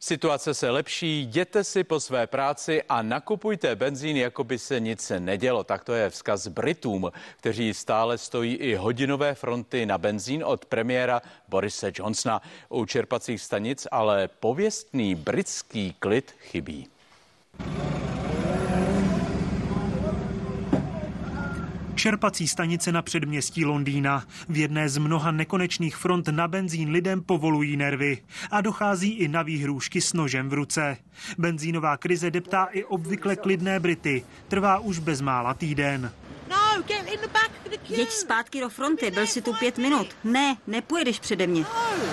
Situace se lepší, jděte si po své práci a nakupujte benzín, jako by se nic nedělo. Tak to je vzkaz Britům, kteří stále stojí i hodinové fronty na benzín od premiéra Borise Johnsona. U čerpacích stanic ale pověstný britský klid chybí. Čerpací stanice na předměstí Londýna. V jedné z mnoha nekonečných front na benzín lidem povolují nervy. A dochází i na výhrůžky s nožem v ruce. Benzínová krize deptá i obvykle klidné Brity. Trvá už bezmála týden. Jeď zpátky do fronty, byl si tu 5 minut. Ne, nepojedeš přede mě.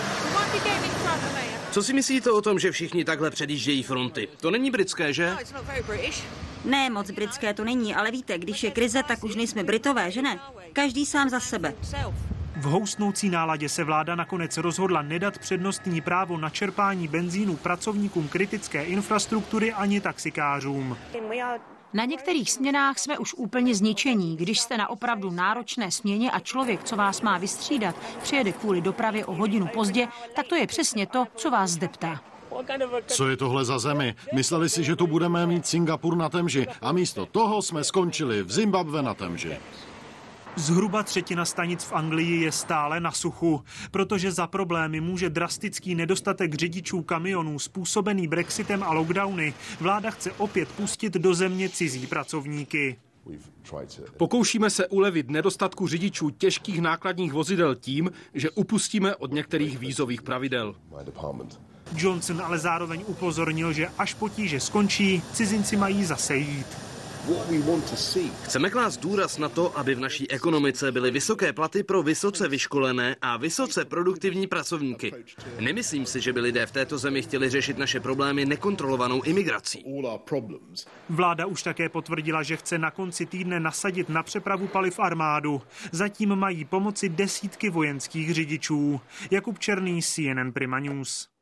Co si myslíte o tom, že všichni takhle předjíždějí fronty? To není britské, že? Ne, moc britské to není, ale víte, když je krize, tak už nejsme Britové, že ne? Každý sám za sebe. V houstnoucí náladě se vláda nakonec rozhodla nedat přednostní právo na čerpání benzínu pracovníkům kritické infrastruktury ani taxikářům. Na některých směnách jsme už úplně zničení. Když jste na opravdu náročné směně a člověk, co vás má vystřídat, přijede kvůli dopravě o hodinu pozdě, tak to je přesně to, co vás zdeptá. Co je tohle za zemi? Mysleli si, že tu budeme mít Singapur na Temži a místo toho jsme skončili v Zimbabwe na Temži. Zhruba třetina stanic v Anglii je stále na suchu, protože za problémy může drastický nedostatek řidičů kamionů způsobený Brexitem a lockdowny. Vláda chce opět pustit do země cizí pracovníky. Pokoušíme se ulevit nedostatku řidičů těžkých nákladních vozidel tím, že upustíme od některých vízových pravidel. Johnson ale zároveň upozornil, že až potíže skončí, cizinci mají zase jít. Chceme klást důraz na to, aby v naší ekonomice byly vysoké platy pro vysoce vyškolené a vysoce produktivní pracovníky. Nemyslím si, že by lidé v této zemi chtěli řešit naše problémy nekontrolovanou imigrací. Vláda už také potvrdila, že chce na konci týdne nasadit na přepravu paliv armádu. Zatím mají pomoci desítky vojenských řidičů. Jakub Černý, CNN Prima News.